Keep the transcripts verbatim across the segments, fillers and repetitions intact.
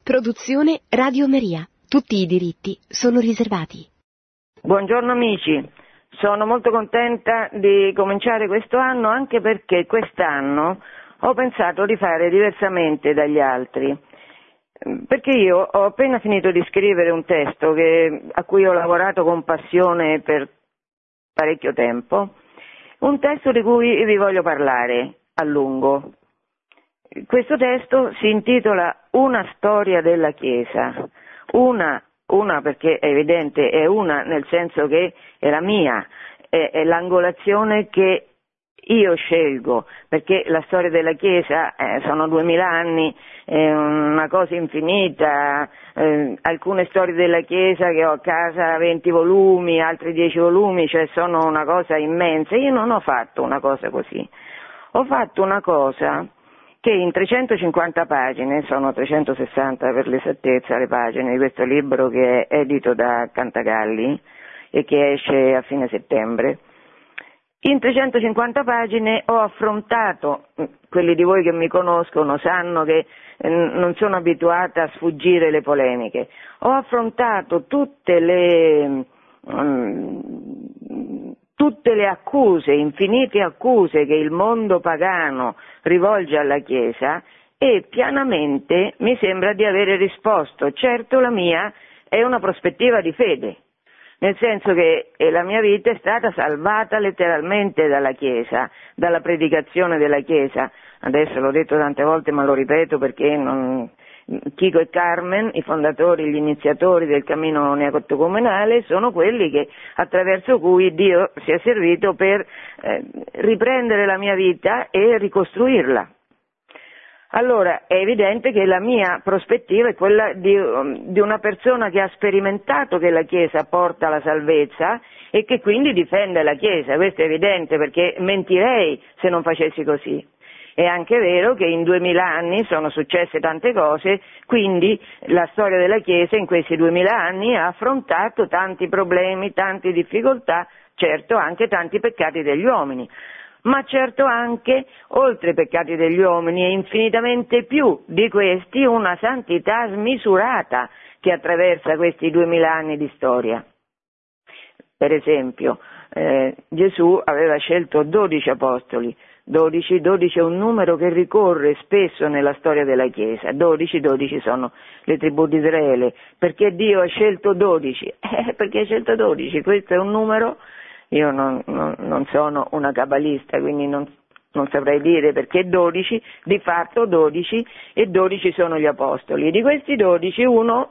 Produzione Radio Maria. Tutti i diritti sono riservati. Buongiorno amici, sono molto contenta di cominciare questo anno anche perché quest'anno ho pensato di fare diversamente dagli altri. Perché io ho appena finito di scrivere un testo che, a cui ho lavorato con passione per parecchio tempo, un testo di cui vi voglio parlare a lungo. Questo testo si intitola Una storia della Chiesa, una, una perché è evidente, è una nel senso che è la mia, è, è l'angolazione che io scelgo, perché la storia della Chiesa eh, sono duemila anni, è una cosa infinita, eh, alcune storie della Chiesa che ho a casa venti volumi, altri dieci volumi, cioè sono una cosa immensa. Io non ho fatto una cosa così, ho fatto una cosa che in trecentocinquanta pagine, sono trecentosessanta per l'esattezza le pagine di questo libro che è edito da Cantagalli e che esce a fine settembre, in trecentocinquanta pagine ho affrontato, quelli di voi che mi conoscono sanno che eh, non sono abituata a sfuggire le polemiche, ho affrontato tutte le, um, tutte le accuse, infinite accuse che il mondo pagano rivolge alla Chiesa e pianamente mi sembra di avere risposto. Certo, la mia è una prospettiva di fede, nel senso che la mia vita è stata salvata letteralmente dalla Chiesa, dalla predicazione della Chiesa. Adesso l'ho detto tante volte ma lo ripeto perché non... Chico e Carmen, i fondatori, gli iniziatori del cammino neocatecumenale, sono quelli che, attraverso cui Dio si è servito per eh, riprendere la mia vita e ricostruirla. Allora è evidente che la mia prospettiva è quella di, di una persona che ha sperimentato che la Chiesa porta la salvezza e che quindi difende la Chiesa. Questo è evidente perché mentirei se non facessi così. È anche vero che in duemila anni sono successe tante cose, quindi la storia della Chiesa in questi duemila anni ha affrontato tanti problemi, tante difficoltà, certo anche tanti peccati degli uomini, ma certo anche, oltre ai peccati degli uomini e infinitamente più di questi, una santità smisurata che attraversa questi duemila anni di storia. Per esempio, eh, Gesù aveva scelto dodici apostoli. dodici, dodici è un numero che ricorre spesso nella storia della Chiesa, dodici, dodici sono le tribù di Israele, perché Dio ha scelto dodici, eh, perché ha scelto dodici, questo è un numero, io non, non, non sono una cabalista, quindi non, non saprei dire perché dodici, di fatto dodici, e dodici sono gli apostoli, di questi dodici uno,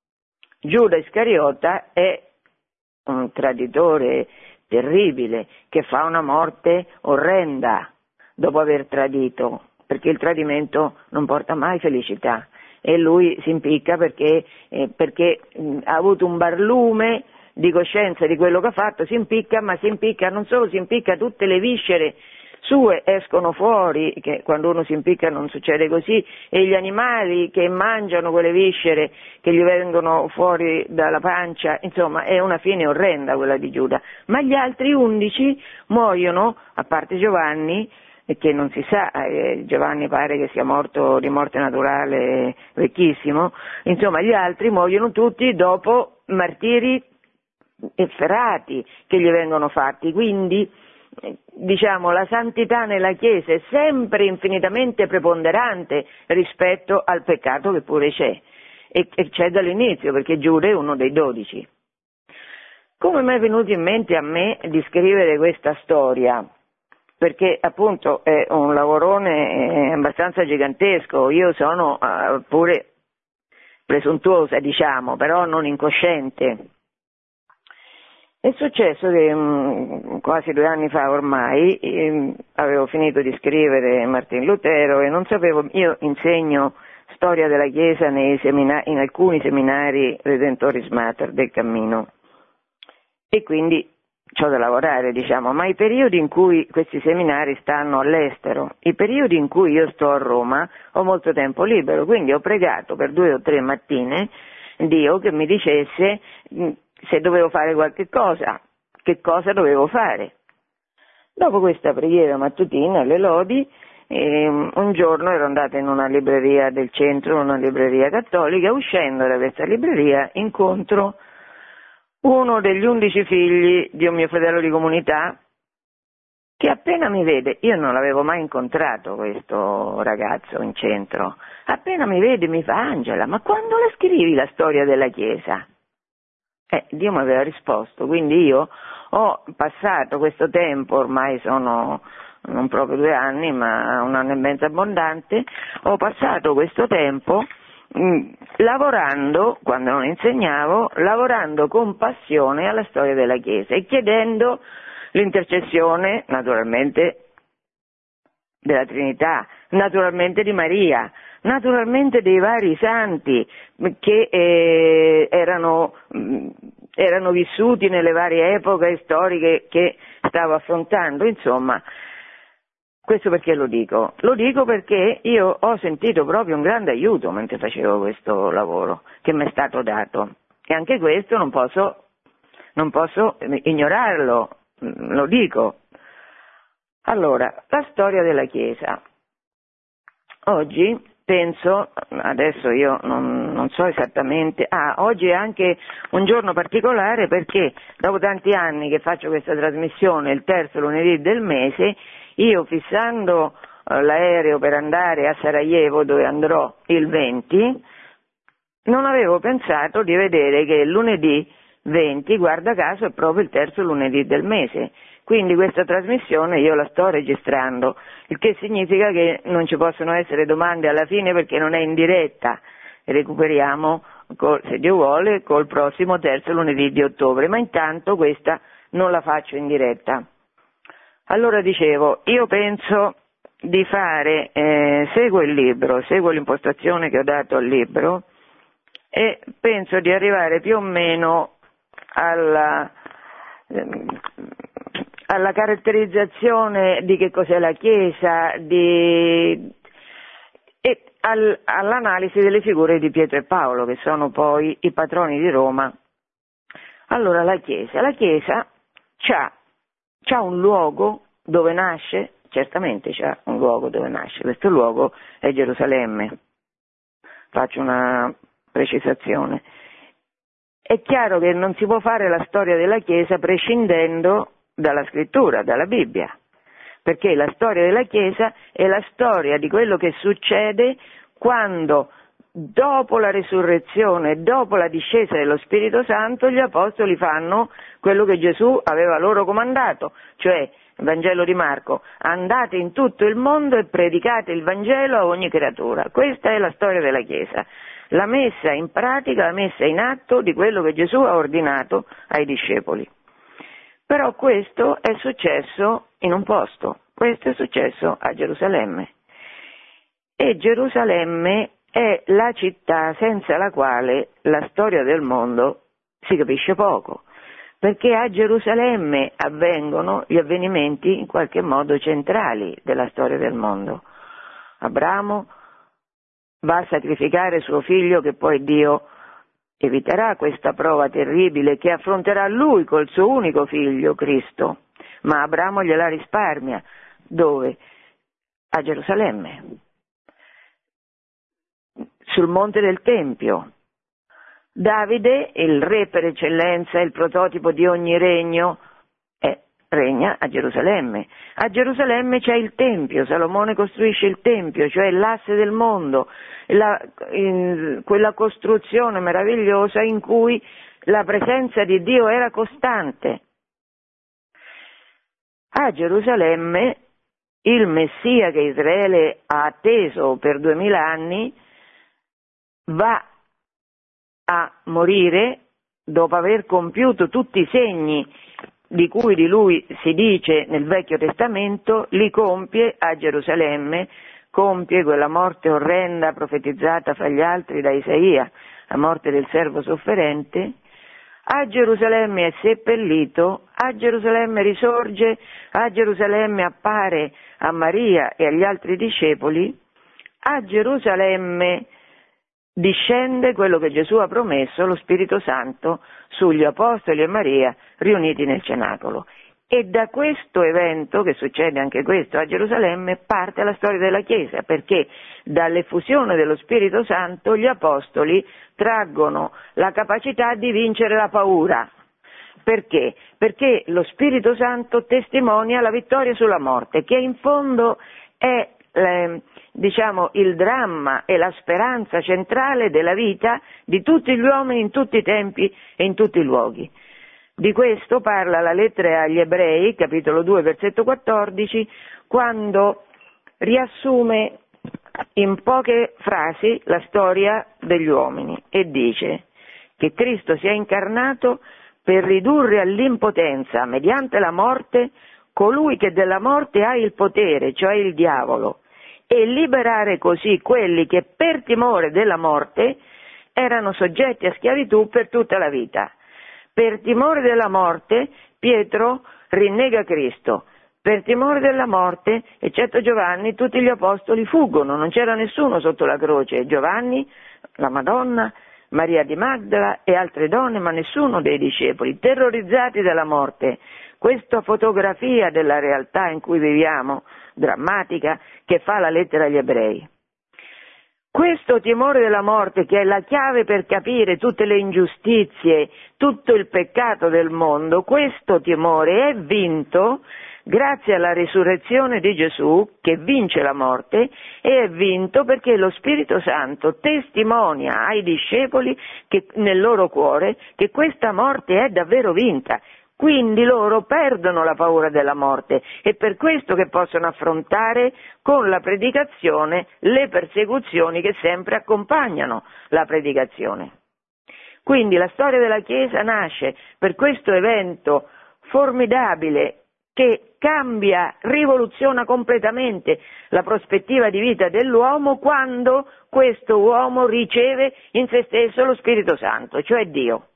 Giuda Iscariota, è un traditore terribile, che fa una morte orrenda, dopo aver tradito, perché il tradimento non porta mai felicità e lui si impicca perché, eh, perché mh, ha avuto un barlume di coscienza di quello che ha fatto, si impicca, ma si impicca, non solo si impicca, tutte le viscere sue escono fuori, che quando uno si impicca non succede così, e gli animali che mangiano quelle viscere che gli vengono fuori dalla pancia, insomma è una fine orrenda quella di Giuda, ma gli altri undici muoiono, a parte Giovanni, che non si sa, eh, Giovanni pare che sia morto di morte naturale vecchissimo, insomma gli altri muoiono tutti dopo martiri efferati che gli vengono fatti, quindi eh, diciamo la santità nella Chiesa è sempre infinitamente preponderante rispetto al peccato che pure c'è, e, e c'è dall'inizio perché Giuda è uno dei dodici. Come mi è venuto in mente a me di scrivere questa storia? Perché appunto è un lavorone abbastanza gigantesco, io sono uh, pure presuntuosa diciamo, però non incosciente. È successo che um, quasi due anni fa ormai eh, avevo finito di scrivere Martin Lutero e non sapevo, io insegno storia della Chiesa nei seminari, in alcuni seminari Redentoris Mater del Cammino e quindi c'ho da lavorare, diciamo, ma i periodi in cui questi seminari stanno all'estero, i periodi in cui io sto a Roma ho molto tempo libero, quindi ho pregato per due o tre mattine Dio che mi dicesse se dovevo fare qualche cosa, che cosa dovevo fare. Dopo questa preghiera mattutina alle lodi E un giorno ero andata in una libreria del centro, una libreria cattolica, uscendo da questa libreria incontro uno degli undici figli di un mio fratello di comunità, che appena mi vede, io non l'avevo mai incontrato questo ragazzo in centro, appena mi vede mi fa: Angela, ma quando la scrivi la storia della Chiesa? Eh, Dio mi aveva risposto, quindi io ho passato questo tempo, ormai sono non proprio due anni, ma un anno e mezzo abbondante, ho passato questo tempo mh, lavorando, quando non insegnavo, lavorando con passione alla storia della Chiesa e chiedendo l'intercessione, naturalmente, della Trinità, naturalmente di Maria, naturalmente dei vari santi che eh, erano, mh, erano vissuti nelle varie epoche storiche che stavo affrontando, insomma. Questo perché lo dico? Lo dico perché io ho sentito proprio un grande aiuto mentre facevo questo lavoro che mi è stato dato, e anche questo non posso, non posso ignorarlo, lo dico. Allora, la storia della Chiesa. Oggi penso, adesso io non, non so esattamente, ah, oggi è anche un giorno particolare perché dopo tanti anni che faccio questa trasmissione, il terzo lunedì del mese, io fissando eh, l'aereo per andare a Sarajevo, dove andrò il venti, non avevo pensato di vedere che il lunedì venti, guarda caso, è proprio il terzo lunedì del mese. Quindi questa trasmissione io la sto registrando, il che significa che non ci possono essere domande alla fine perché non è in diretta. Recuperiamo, col, se Dio vuole, col prossimo terzo lunedì di ottobre, ma intanto questa non la faccio in diretta. Allora dicevo, io penso di fare, eh, seguo il libro, seguo l'impostazione che ho dato al libro e penso di arrivare più o meno alla, ehm, alla caratterizzazione di che cos'è la Chiesa di, e al, all'analisi delle figure di Pietro e Paolo, che sono poi i patroni di Roma. Allora la Chiesa, la Chiesa c'ha C'ha un luogo dove nasce? Certamente c'ha un luogo dove nasce, questo luogo è Gerusalemme. Faccio una precisazione. È chiaro che non si può fare la storia della Chiesa prescindendo dalla scrittura, dalla Bibbia, perché la storia della Chiesa è la storia di quello che succede quando, dopo la resurrezione, dopo la discesa dello Spirito Santo, gli apostoli fanno quello che Gesù aveva loro comandato, cioè il Vangelo di Marco: andate in tutto il mondo e predicate il Vangelo a ogni creatura. Questa è la storia della Chiesa, la messa in pratica, la messa in atto di quello che Gesù ha ordinato ai discepoli. Però questo è successo in un posto, questo è successo a Gerusalemme. E Gerusalemme è la città senza la quale la storia del mondo si capisce poco, perché a Gerusalemme avvengono gli avvenimenti in qualche modo centrali della storia del mondo. Abramo va a sacrificare suo figlio, che poi Dio eviterà questa prova terribile che affronterà lui col suo unico figlio, Cristo, ma Abramo gliela risparmia. Dove? A Gerusalemme, sul monte del Tempio. Davide, il re per eccellenza, il prototipo di ogni regno, eh, regna a Gerusalemme. A Gerusalemme c'è il Tempio, Salomone costruisce il Tempio, cioè l'asse del mondo, la, in, quella costruzione meravigliosa in cui la presenza di Dio era costante. A Gerusalemme il Messia che Israele ha atteso per duemila anni va a morire dopo aver compiuto tutti i segni di cui di lui si dice nel Vecchio Testamento, li compie a Gerusalemme, compie quella morte orrenda profetizzata fra gli altri da Isaia, la morte del servo sofferente. A Gerusalemme è seppellito, a Gerusalemme risorge, a Gerusalemme appare a Maria e agli altri discepoli, a Gerusalemme discende quello che Gesù ha promesso, lo Spirito Santo, sugli Apostoli e Maria riuniti nel cenacolo. E da questo evento, che succede anche questo a Gerusalemme, parte la storia della Chiesa, perché dall'effusione dello Spirito Santo gli Apostoli traggono la capacità di vincere la paura. Perché? Perché lo Spirito Santo testimonia la vittoria sulla morte, che in fondo è eh, diciamo, il dramma e la speranza centrale della vita di tutti gli uomini in tutti i tempi e in tutti i luoghi. Di questo parla la lettera agli Ebrei, capitolo due, versetto quattordici, quando riassume in poche frasi la storia degli uomini e dice che Cristo si è incarnato per ridurre all'impotenza, mediante la morte, colui che della morte ha il potere, cioè il diavolo, e liberare così quelli che per timore della morte erano soggetti a schiavitù per tutta la vita. Per timore della morte Pietro rinnega Cristo, per timore della morte, eccetto Giovanni, tutti gli apostoli fuggono, non c'era nessuno sotto la croce, Giovanni, la Madonna, Maria di Magdala e altre donne, ma nessuno dei discepoli, terrorizzati dalla morte. Questa fotografia della realtà in cui viviamo, drammatica, che fa la lettera agli Ebrei. Questo timore della morte, che è la chiave per capire tutte le ingiustizie, tutto il peccato del mondo, questo timore è vinto grazie alla risurrezione di Gesù, che vince la morte, e è vinto perché lo Spirito Santo testimonia ai discepoli che, nel loro cuore, che questa morte è davvero vinta. Quindi loro perdono la paura della morte, è per questo che possono affrontare con la predicazione le persecuzioni che sempre accompagnano la predicazione. Quindi la storia della Chiesa nasce per questo evento formidabile che cambia, rivoluziona completamente la prospettiva di vita dell'uomo quando questo uomo riceve in se stesso lo Spirito Santo, cioè Dio.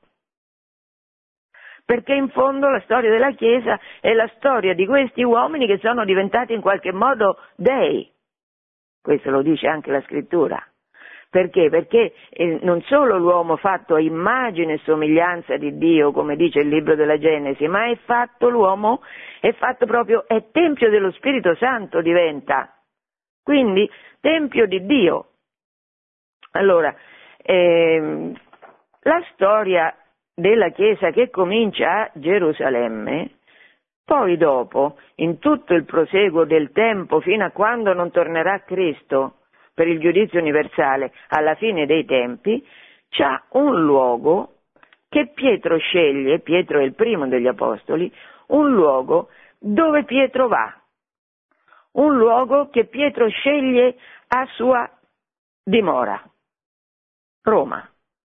Perché in fondo la storia della Chiesa è la storia di questi uomini che sono diventati in qualche modo dei. Questo lo dice anche la Scrittura. Perché? Perché eh, non solo l'uomo fatto a immagine e somiglianza di Dio, come dice il libro della Genesi, ma è fatto l'uomo, è fatto proprio, è tempio dello Spirito Santo diventa. Quindi, tempio di Dio. Allora, ehm, la storia della Chiesa che comincia a Gerusalemme, poi dopo, in tutto il proseguo del tempo, fino a quando non tornerà Cristo per il giudizio universale, alla fine dei tempi, c'ha un luogo che Pietro sceglie, Pietro è il primo degli Apostoli, un luogo dove Pietro va, un luogo che Pietro sceglie a sua dimora, Roma.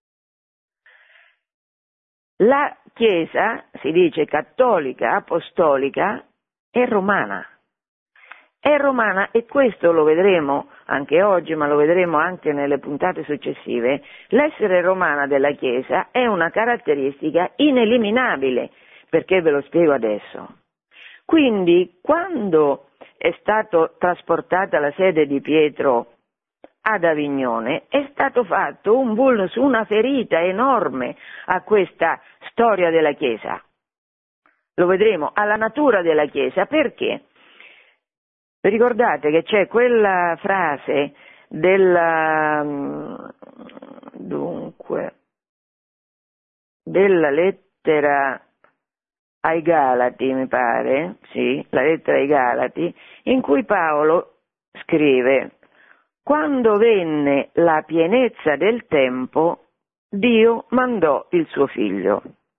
La Chiesa, si dice cattolica, apostolica, è romana. È romana e questo lo vedremo anche oggi, ma lo vedremo anche nelle puntate successive. L'essere romana della Chiesa è una caratteristica ineliminabile, perché ve lo spiego adesso. Quindi, quando è stata trasportata la sede di Pietro ad Avignone, è stato fatto un vulnus, una ferita enorme a questa storia della Chiesa. Lo vedremo, alla natura della Chiesa. Perché? Vi ricordate che c'è quella frase della, dunque, della lettera ai Galati, mi pare, sì, la lettera ai Galati, in cui Paolo scrive: quando venne la pienezza del tempo, Dio mandò il suo figlio.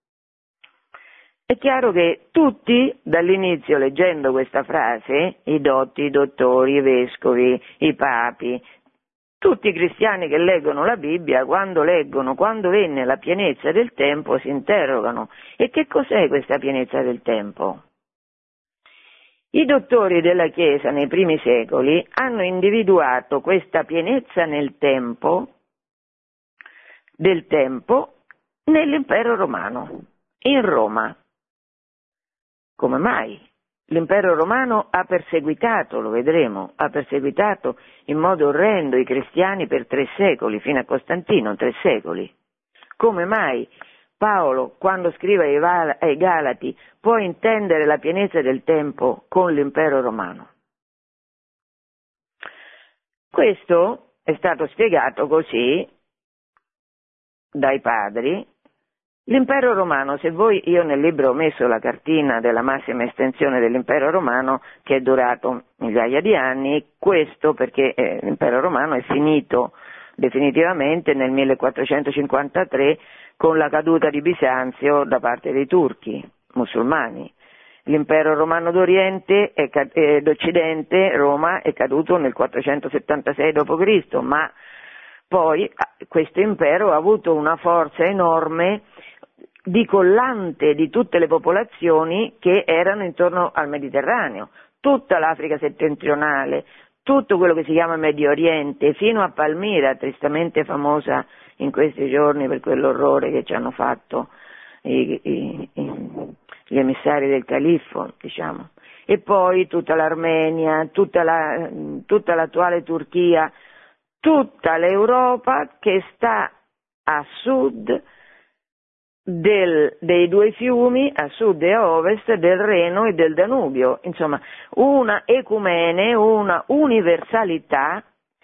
È chiaro che tutti, dall'inizio leggendo questa frase, i dotti, i dottori, i vescovi, i papi, tutti i cristiani che leggono la Bibbia, quando leggono quando venne la pienezza del tempo, si interrogano: e che cos'è questa pienezza del tempo? I dottori della Chiesa nei primi secoli hanno individuato questa pienezza nel tempo, del tempo, nell'impero romano, in Roma. Come mai? L'impero romano ha perseguitato, lo vedremo, ha perseguitato in modo orrendo i cristiani per tre secoli, fino a Costantino, tre secoli. Come mai Paolo, quando scrive ai, Val- ai Galati, può intendere la pienezza del tempo con l'impero romano? Questo è stato spiegato così dai padri. L'impero romano, se voi, io nel libro ho messo la cartina della massima estensione dell'impero romano che è durato migliaia di anni, questo perché eh, l'impero romano è finito definitivamente nel millequattrocentocinquantatré con la caduta di Bisanzio da parte dei turchi musulmani. L'impero romano d'Oriente e eh, d'Occidente, Roma, è caduto nel quattrocentosettantasei dopo Cristo, ma poi questo impero ha avuto una forza enorme di collante di tutte le popolazioni che erano intorno al Mediterraneo, tutta l'Africa settentrionale, tutto quello che si chiama Medio Oriente, fino a Palmira, tristemente famosa in questi giorni per quell'orrore che ci hanno fatto i, i, i, gli emissari del califfo, diciamo. E poi tutta l'Armenia, tutta, la, tutta l'attuale Turchia, tutta l'Europa che sta a sud del, dei due fiumi, a sud e a ovest del Reno e del Danubio, insomma una ecumene, una universalità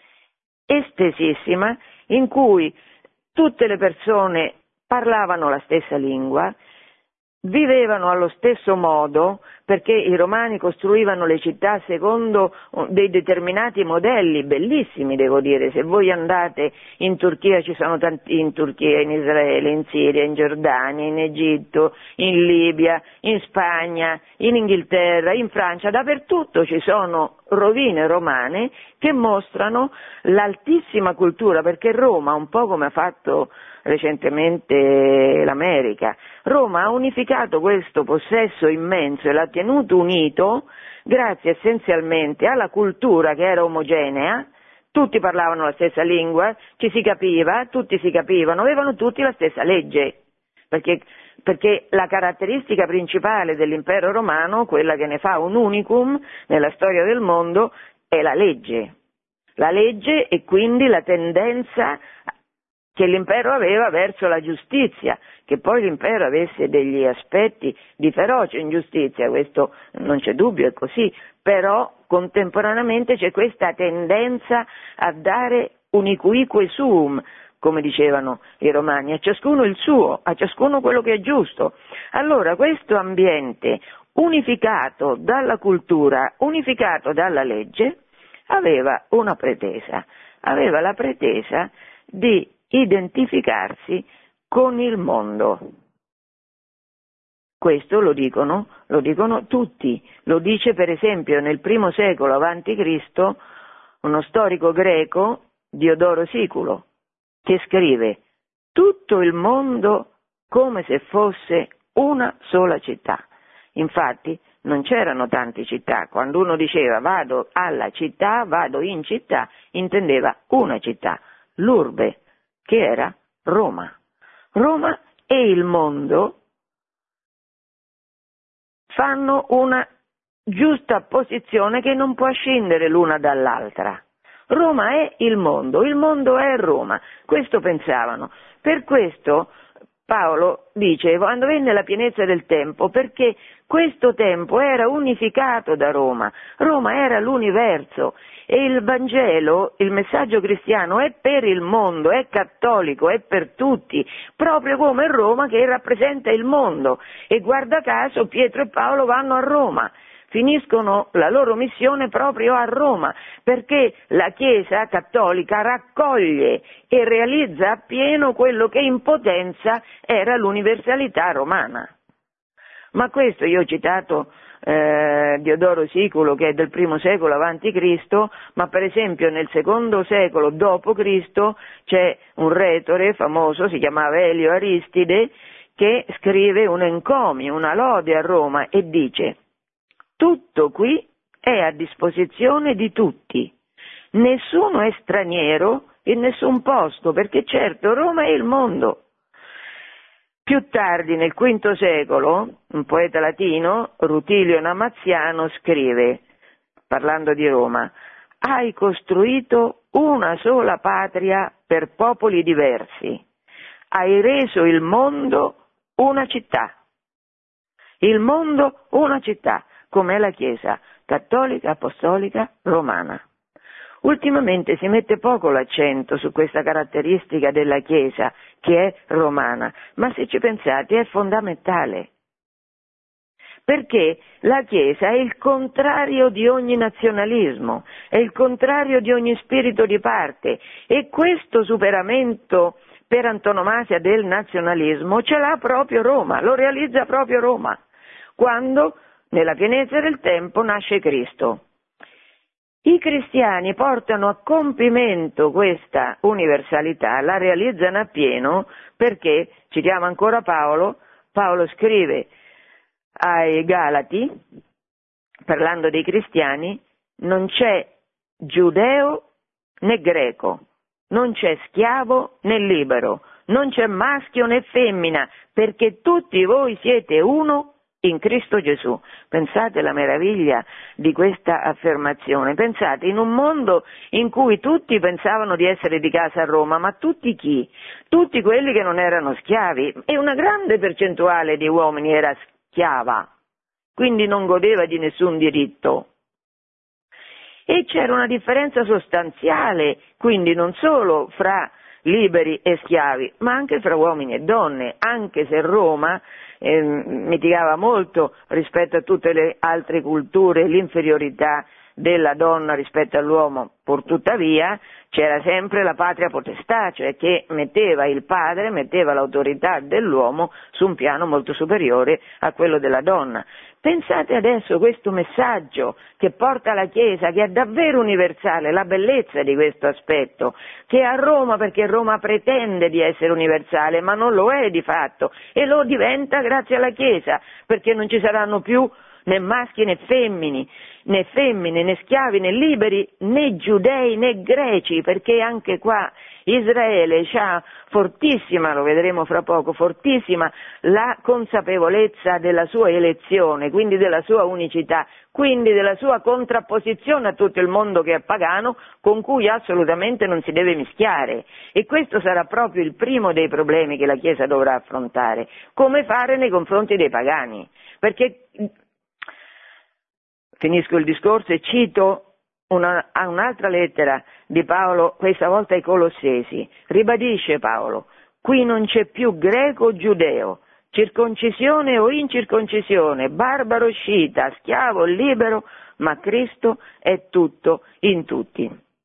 estesissima in cui tutte le persone parlavano la stessa lingua, vivevano allo stesso modo, perché i romani costruivano le città secondo dei determinati modelli, bellissimi devo dire. Se voi andate in Turchia, ci sono tanti, in Turchia, in Israele, in Siria, in Giordania, in Egitto, in Libia, in Spagna, in Inghilterra, in Francia, dappertutto ci sono rovine romane che mostrano l'altissima cultura, perché Roma, un po' come ha fatto recentemente l'America, Roma ha unificato questo possesso immenso e l'ha tenuto unito grazie essenzialmente alla cultura che era omogenea, tutti parlavano la stessa lingua, ci si capiva, tutti si capivano, avevano tutti la stessa legge, perché, perché la caratteristica principale dell'impero romano, quella che ne fa un unicum nella storia del mondo, è la legge. La legge e quindi la tendenza che l'impero aveva verso la giustizia, che poi l'impero avesse degli aspetti di feroce ingiustizia, questo non c'è dubbio, è così, però contemporaneamente c'è questa tendenza a dare unicuique suum, come dicevano i romani, a ciascuno il suo, a ciascuno quello che è giusto. Allora questo ambiente unificato dalla cultura, unificato dalla legge, aveva una pretesa, aveva la pretesa di identificarsi con il mondo. Questo lo dicono, lo dicono tutti, lo dice per esempio nel primo secolo avanti Cristo uno storico greco, Diodoro Siculo, che scrive: tutto il mondo come se fosse una sola città. Infatti non c'erano tante città, quando uno diceva vado alla città, vado in città, intendeva una città, l'urbe, che era Roma. Roma e il mondo fanno una giusta posizione che non può scindere l'una dall'altra. Roma è il mondo, il mondo è Roma, questo pensavano. Per questo Paolo dice, quando venne la pienezza del tempo, perché questo tempo era unificato da Roma, Roma era l'universo e il Vangelo, il messaggio cristiano è per il mondo, è cattolico, è per tutti, proprio come Roma che rappresenta il mondo. E guarda caso Pietro e Paolo vanno a Roma, finiscono la loro missione proprio a Roma, perché la Chiesa cattolica raccoglie e realizza appieno quello che in potenza era l'universalità romana. Ma questo, io ho citato eh, Diodoro Siculo, che è del primo secolo avanti Cristo, ma per esempio nel secondo secolo dopo Cristo c'è un retore famoso, si chiamava Elio Aristide, che scrive un encomio, una lode a Roma e dice: tutto qui è a disposizione di tutti, nessuno è straniero in nessun posto, perché certo Roma è il mondo. Più tardi, nel quinto secolo, un poeta latino, Rutilio Namaziano, scrive, parlando di Roma: hai costruito una sola patria per popoli diversi, hai reso il mondo una città. Il mondo una città, come è la Chiesa cattolica, apostolica, romana. Ultimamente si mette poco l'accento su questa caratteristica della Chiesa che è romana, ma se ci pensate è fondamentale. Perché la Chiesa è il contrario di ogni nazionalismo, è il contrario di ogni spirito di parte e questo superamento per antonomasia del nazionalismo ce l'ha proprio Roma, lo realizza proprio Roma, quando nella pienezza del tempo nasce Cristo. I cristiani portano a compimento questa universalità, la realizzano appieno perché, citiamo ancora Paolo, Paolo scrive ai Galati, parlando dei cristiani, non c'è giudeo né greco, non c'è schiavo né libero, non c'è maschio né femmina, perché tutti voi siete uno in Cristo Gesù. Pensate alla meraviglia di questa affermazione, pensate in un mondo in cui tutti pensavano di essere di casa a Roma, ma tutti chi? Tutti quelli che non erano schiavi e una grande percentuale di uomini era schiava, quindi non godeva di nessun diritto. E c'era una differenza sostanziale, quindi non solo fra liberi e schiavi, ma anche fra uomini e donne, anche se Roma eh, mitigava molto rispetto a tutte le altre culture l'inferiorità della donna rispetto all'uomo, pur tuttavia c'era sempre la patria potestà, cioè che metteva il padre, metteva l'autorità dell'uomo su un piano molto superiore a quello della donna. Pensate adesso a questo messaggio che porta la Chiesa, che è davvero universale, la bellezza di questo aspetto, che a Roma, perché Roma pretende di essere universale, ma non lo è di fatto, e lo diventa grazie alla Chiesa, perché non ci saranno più né maschi né femmini, né femmine, né schiavi, né liberi, né giudei, né greci, perché anche qua Israele ha fortissima, lo vedremo fra poco, fortissima la consapevolezza della sua elezione, quindi della sua unicità, quindi della sua contrapposizione a tutto il mondo che è pagano, con cui assolutamente non si deve mischiare. E questo sarà proprio il primo dei problemi che la Chiesa dovrà affrontare, come fare nei confronti dei pagani, perché finisco il discorso e cito una, un'altra lettera di Paolo, questa volta ai Colossesi. Ribadisce Paolo, qui non c'è più greco o giudeo, circoncisione o incirconcisione, barbaro o scita, schiavo o libero, ma Cristo è tutto in tutti.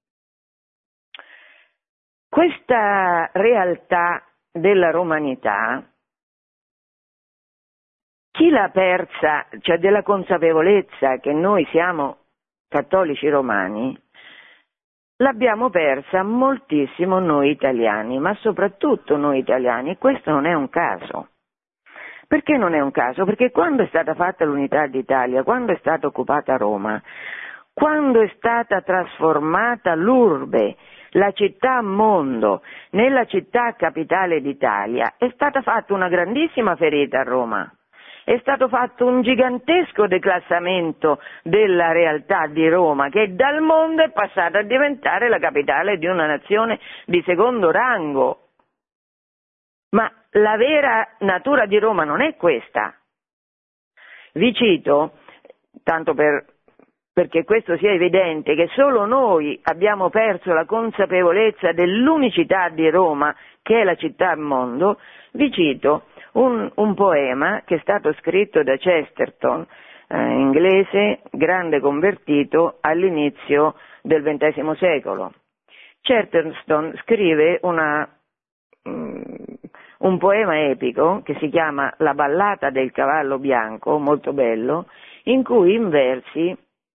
Questa realtà della romanità, chi l'ha persa, cioè della consapevolezza che noi siamo cattolici romani, l'abbiamo persa moltissimo noi italiani, ma soprattutto noi italiani, e questo non è un caso. Perché non è un caso? Perché quando è stata fatta l'unità d'Italia, quando è stata occupata Roma, quando è stata trasformata l'urbe, la città mondo, nella città capitale d'Italia, è stata fatta una grandissima ferita a Roma. È stato fatto un gigantesco declassamento della realtà di Roma, che dal mondo è passata a diventare la capitale di una nazione di secondo rango. Ma la vera natura di Roma non è questa. Vi cito, tanto per, perché questo sia evidente, che solo noi abbiamo perso la consapevolezza dell'unicità di Roma, che è la città mondo, vi cito Un, un poema che è stato scritto da Chesterton, eh, inglese, grande convertito all'inizio del ventesimo secolo. Chesterton scrive una, um, un poema epico che si chiama La ballata del cavallo bianco, molto bello, in cui in versi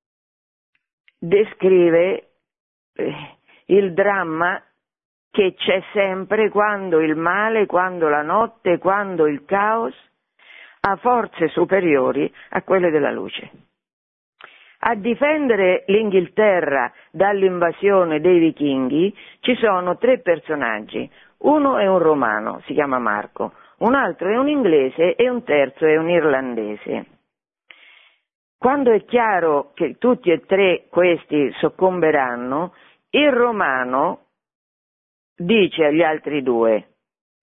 descrive eh, il dramma che c'è sempre quando il male, quando la notte, quando il caos ha forze superiori a quelle della luce. A difendere l'Inghilterra dall'invasione dei vichinghi ci sono tre personaggi, uno è un romano, si chiama Marco, un altro è un inglese e un terzo è un irlandese. Quando è chiaro che tutti e tre questi soccomberanno, il romano dice agli altri due,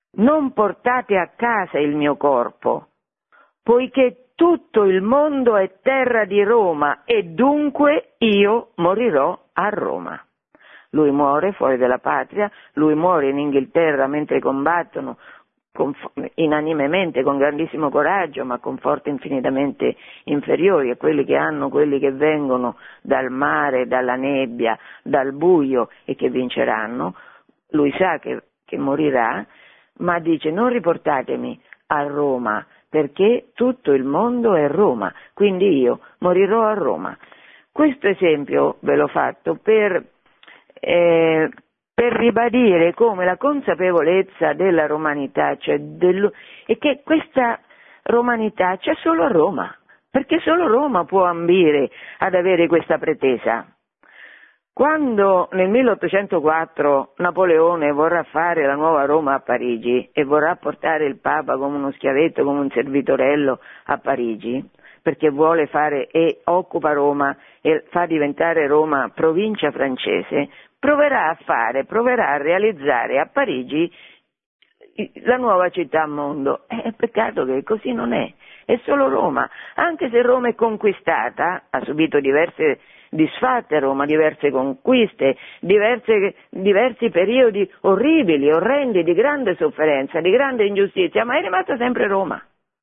non portate a casa il mio corpo, poiché tutto il mondo è terra di Roma e dunque io morirò a Roma. Lui muore fuori dalla patria, lui muore in Inghilterra mentre combattono con, inanimemente, con grandissimo coraggio, ma con forti infinitamente inferiori a quelli che hanno quelli che vengono dal mare, dalla nebbia, dal buio e che vinceranno. Lui sa che, che morirà, ma dice: non riportatemi a Roma, perché tutto il mondo è Roma, quindi io morirò a Roma. Questo esempio ve l'ho fatto per, eh, per ribadire come la consapevolezza della romanità, cioè del, e che questa romanità c'è solo a Roma, perché solo Roma può ambire ad avere questa pretesa. Quando nel milleottocentoquattro Napoleone vorrà fare la nuova Roma a Parigi e vorrà portare il Papa come uno schiavetto, come un servitorello a Parigi, perché vuole fare e occupa Roma e fa diventare Roma provincia francese, proverà a fare, proverà a realizzare a Parigi la nuova città al mondo. È peccato che così non è, è solo Roma, anche se Roma è conquistata, ha subito diverse disfatte Roma, diverse conquiste, diverse, diversi periodi orribili, orrendi, di grande sofferenza, di grande ingiustizia, ma è rimasta sempre Roma.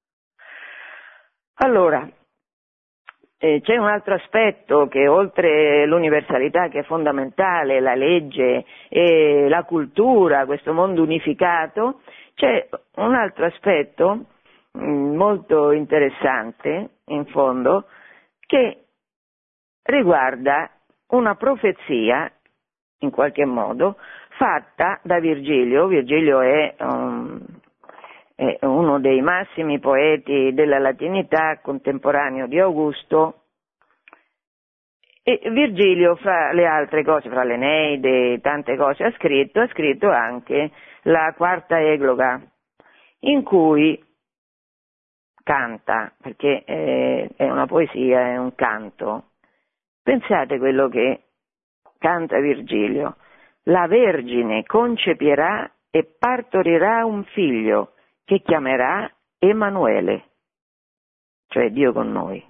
Allora, eh, c'è un altro aspetto che oltre l'universalità, che è fondamentale, la legge e la cultura, questo mondo unificato, c'è un altro aspetto mh, molto interessante, in fondo, che riguarda una profezia, in qualche modo, fatta da Virgilio. Virgilio è, um, è uno dei massimi poeti della latinità, contemporaneo di Augusto, e Virgilio, fra le altre cose, fra l'Eneide e tante cose, ha scritto, ha scritto anche la quarta egloga, in cui canta, perché è, è una poesia, è un canto. Pensate quello che canta Virgilio: la Vergine concepirà e partorirà un figlio che chiamerà Emanuele, cioè Dio con noi.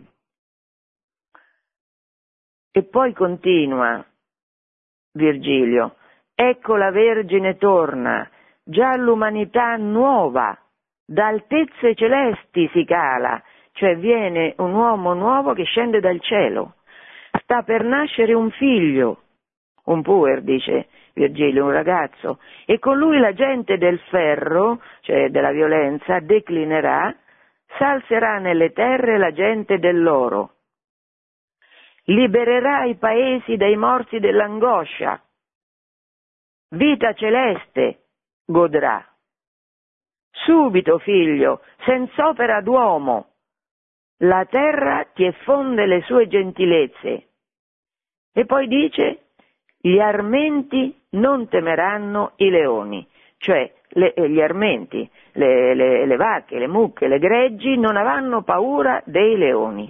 E poi continua Virgilio: ecco la Vergine torna, già l'umanità nuova, da altezze celesti si cala, cioè viene un uomo nuovo che scende dal cielo. Sta per nascere un figlio, un puer, dice Virgilio, un ragazzo, e con lui la gente del ferro, cioè della violenza, declinerà, s'alzerà nelle terre la gente dell'oro, libererà i paesi dai morsi dell'angoscia, vita celeste godrà. Subito, figlio, senz'opera d'uomo, la terra ti effonde le sue gentilezze. E poi dice: gli armenti non temeranno i leoni, cioè le, gli armenti, le, le, le vacche, le mucche, le greggi non avranno paura dei leoni.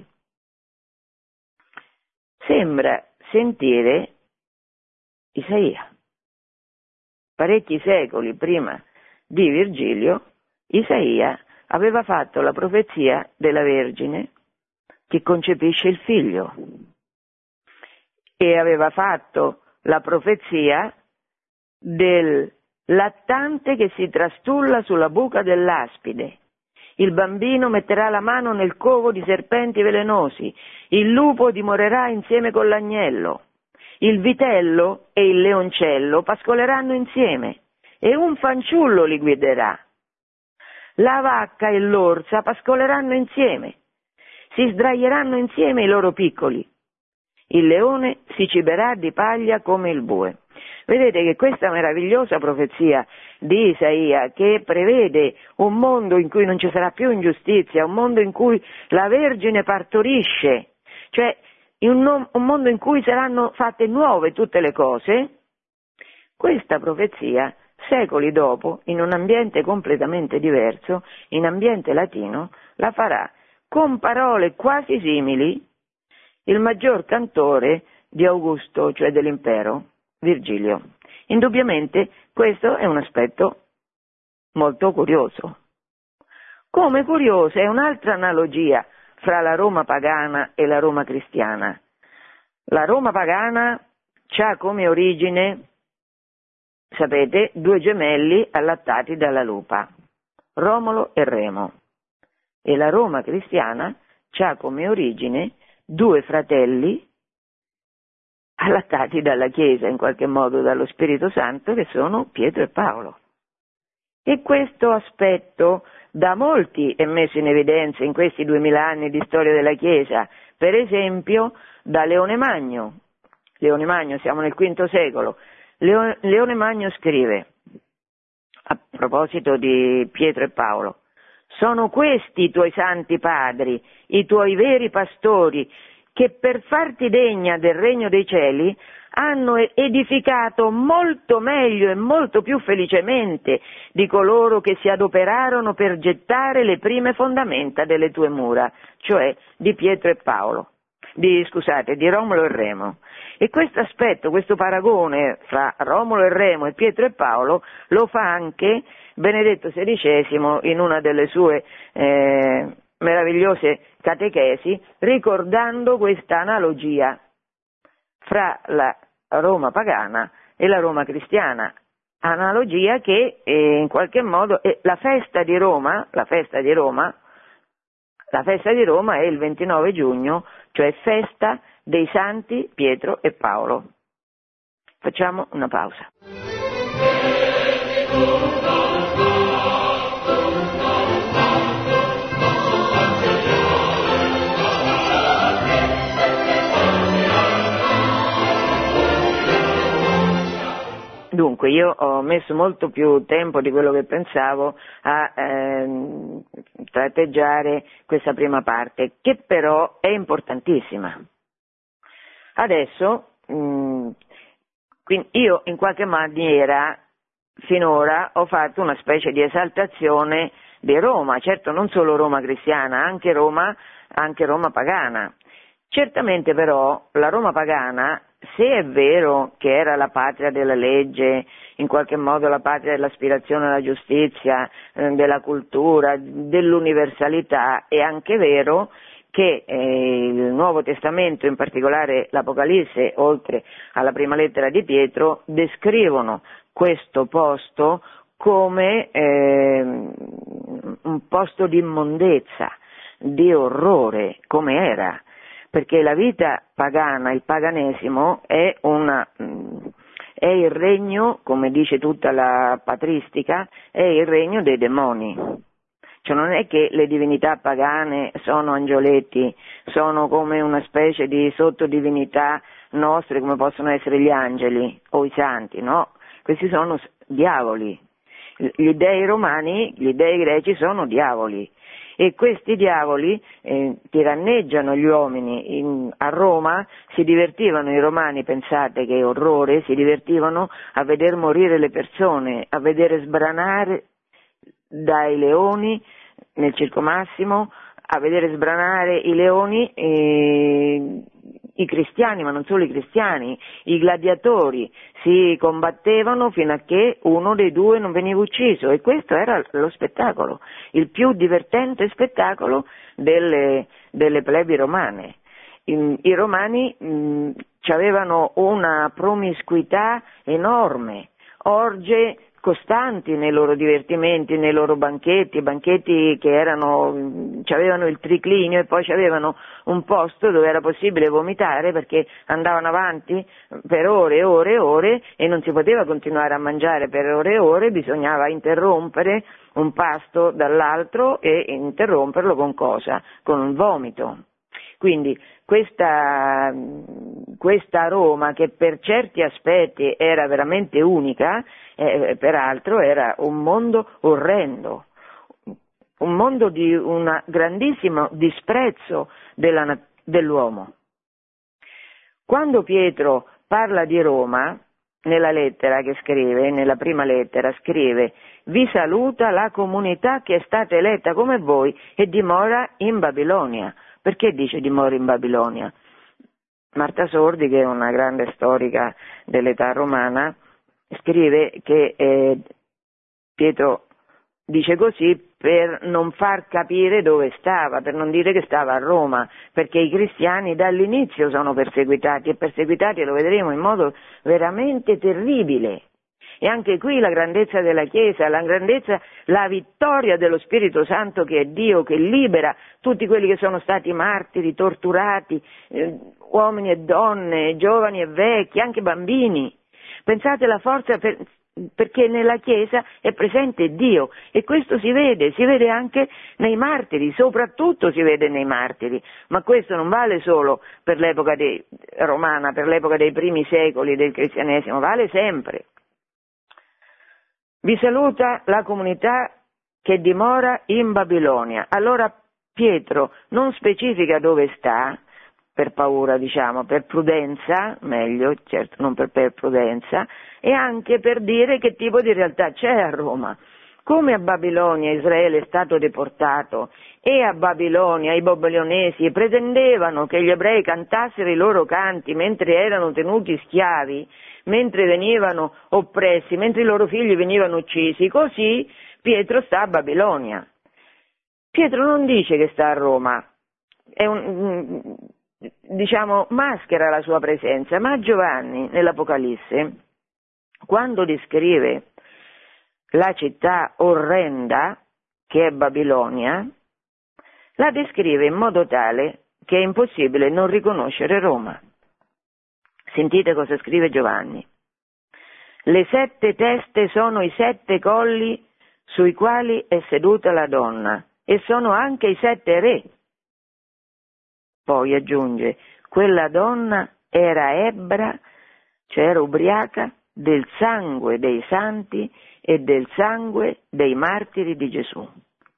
Sembra sentire Isaia. Parecchi secoli prima di Virgilio, Isaia aveva fatto la profezia della Vergine che concepisce il figlio e aveva fatto la profezia del lattante che si trastulla sulla buca dell'aspide. Il bambino metterà la mano nel covo di serpenti velenosi, il lupo dimorerà insieme con l'agnello, il vitello e il leoncello pascoleranno insieme e un fanciullo li guiderà. La vacca e l'orsa pascoleranno insieme, si sdraieranno insieme i loro piccoli. Il leone si ciberà di paglia come il bue. Vedete che questa meravigliosa profezia di Isaia, che prevede un mondo in cui non ci sarà più ingiustizia, un mondo in cui la Vergine partorisce, cioè un, un mondo in cui saranno fatte nuove tutte le cose, questa profezia, secoli dopo, in un ambiente completamente diverso, in ambiente latino, la farà con parole quasi simili il maggior cantore di Augusto, cioè dell'impero, Virgilio. Indubbiamente questo è un aspetto molto curioso. Come curiosa è un'altra analogia fra la Roma pagana e la Roma cristiana. La Roma pagana ha come origine, sapete, due gemelli allattati dalla lupa, Romolo e Remo. E la Roma cristiana ha come origine due fratelli allattati dalla Chiesa, in qualche modo dallo Spirito Santo, che sono Pietro e Paolo. E questo aspetto da molti è messo in evidenza in questi duemila anni di storia della Chiesa, per esempio da Leone Magno. Leone Magno, siamo nel quinto secolo. Leone, Leone Magno scrive, a proposito di Pietro e Paolo: sono questi i tuoi santi padri, i tuoi veri pastori, che per farti degna del regno dei cieli hanno edificato molto meglio e molto più felicemente di coloro che si adoperarono per gettare le prime fondamenta delle tue mura, cioè di Pietro e Paolo, di, scusate, di Romolo e Remo. E questo aspetto, questo paragone fra Romolo e Remo e Pietro e Paolo lo fa anche Benedetto sedicesimo in una delle sue eh, meravigliose catechesi, ricordando questa analogia fra la Roma pagana e la Roma cristiana, analogia che eh, in qualche modo è la festa di Roma, la festa di Roma, la festa di Roma è il ventinove giugno, cioè festa dei santi Pietro e Paolo. Facciamo una pausa. Dunque, io ho messo molto più tempo di quello che pensavo a ehm, tratteggiare questa prima parte, che però è importantissima. Adesso, mh, quindi io in qualche maniera finora ho fatto una specie di esaltazione di Roma, certo non solo Roma cristiana, anche Roma, anche Roma pagana. Certamente però la Roma pagana, se è vero che era la patria della legge, in qualche modo la patria dell'aspirazione alla giustizia, eh, della cultura, dell'universalità, è anche vero che eh, il Nuovo Testamento, in particolare l'Apocalisse, oltre alla prima lettera di Pietro, descrivono questo posto come eh, un posto di immondezza, di orrore, come era. Perché la vita pagana, il paganesimo, è, una, è il regno, come dice tutta la patristica, è il regno dei demoni. Cioè non è che le divinità pagane sono angioletti, sono come una specie di sottodivinità nostre, come possono essere gli angeli o i santi, no? Questi sono diavoli. Gli dei romani, gli dei greci sono diavoli. E questi diavoli eh, tiranneggiano gli uomini. In, a Roma si divertivano i romani, pensate che orrore, si divertivano a veder morire le persone, a vedere sbranare dai leoni nel Circo Massimo, a vedere sbranare i leoni eh, i cristiani, ma non solo i cristiani, i gladiatori si combattevano fino a che uno dei due non veniva ucciso, e questo era lo spettacolo, il più divertente spettacolo delle, delle plebi romane. I, i romani mh, avevano una promiscuità enorme, orge costanti nei loro divertimenti, nei loro banchetti, banchetti che erano, avevano il triclinio e poi avevano un posto dove era possibile vomitare, perché andavano avanti per ore e ore e ore e non si poteva continuare a mangiare per ore e ore, bisognava interrompere un pasto dall'altro e interromperlo con cosa? Con un vomito. Quindi questa, questa Roma, che per certi aspetti era veramente unica, eh, peraltro era un mondo orrendo, un mondo di un grandissimo disprezzo della, dell'uomo. Quando Pietro parla di Roma, nella lettera che scrive, nella prima lettera scrive: vi saluta la comunità che è stata eletta come voi e dimora in Babilonia. Perché dice dimora in Babilonia? Marta Sordi, che è una grande storica dell'età romana, scrive che eh, Pietro dice così per non far capire dove stava, per non dire che stava a Roma, perché i cristiani dall'inizio sono perseguitati e perseguitati, lo vedremo, in modo veramente terribile. E anche qui la grandezza della Chiesa, la grandezza, la vittoria dello Spirito Santo che è Dio, che libera tutti quelli che sono stati martiri, torturati, eh, uomini e donne, giovani e vecchi, anche bambini. Pensate la forza per, perché nella Chiesa è presente Dio e questo si vede, si vede anche nei martiri, soprattutto si vede nei martiri, ma questo non vale solo per l'epoca dei, romana, per l'epoca dei primi secoli del cristianesimo, vale sempre. Vi saluta la comunità che dimora in Babilonia. Allora Pietro non specifica dove sta, per paura diciamo, per prudenza, meglio, certo non per, per prudenza, e anche per dire che tipo di realtà c'è a Roma. Come a Babilonia Israele è stato deportato e a Babilonia i babilonesi pretendevano che gli ebrei cantassero i loro canti mentre erano tenuti schiavi, mentre venivano oppressi, mentre i loro figli venivano uccisi, così Pietro sta a Babilonia. Pietro non dice che sta a Roma, è un, diciamo, maschera la sua presenza, ma Giovanni nell'Apocalisse, quando descrive la città orrenda che è Babilonia, la descrive in modo tale che è impossibile non riconoscere Roma. Sentite cosa scrive Giovanni. Le sette teste sono i sette colli sui quali è seduta la donna e sono anche i sette re. Poi aggiunge, quella donna era ebbra, cioè era ubriaca, del sangue dei santi e del sangue dei martiri di Gesù.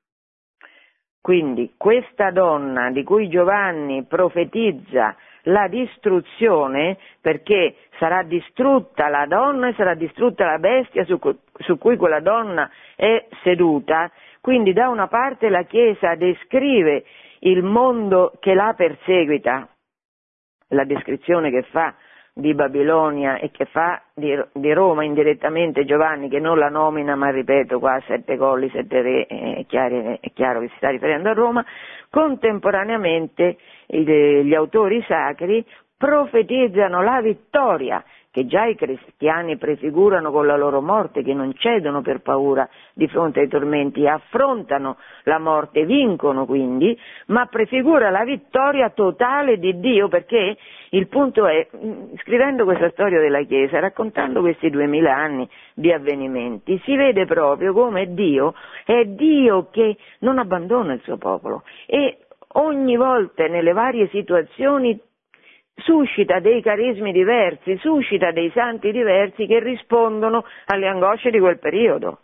Quindi questa donna di cui Giovanni profetizza la distruzione, perché sarà distrutta la donna e sarà distrutta la bestia su, su cui quella donna è seduta, quindi da una parte la Chiesa descrive il mondo che la perseguita, la descrizione che fa di Babilonia e che fa di, di Roma indirettamente Giovanni, che non la nomina, ma ripeto qua sette colli, sette re, è chiaro, è chiaro che si sta riferendo a Roma. Contemporaneamente gli autori sacri profetizzano la vittoria che già i cristiani prefigurano con la loro morte, che non cedono per paura di fronte ai tormenti, affrontano la morte, vincono quindi, ma prefigura la vittoria totale di Dio, perché il punto è, scrivendo questa storia della Chiesa, raccontando questi duemila anni di avvenimenti, si vede proprio come Dio è Dio che non abbandona il suo popolo e ogni volta nelle varie situazioni suscita dei carismi diversi, suscita dei santi diversi che rispondono alle angosce di quel periodo.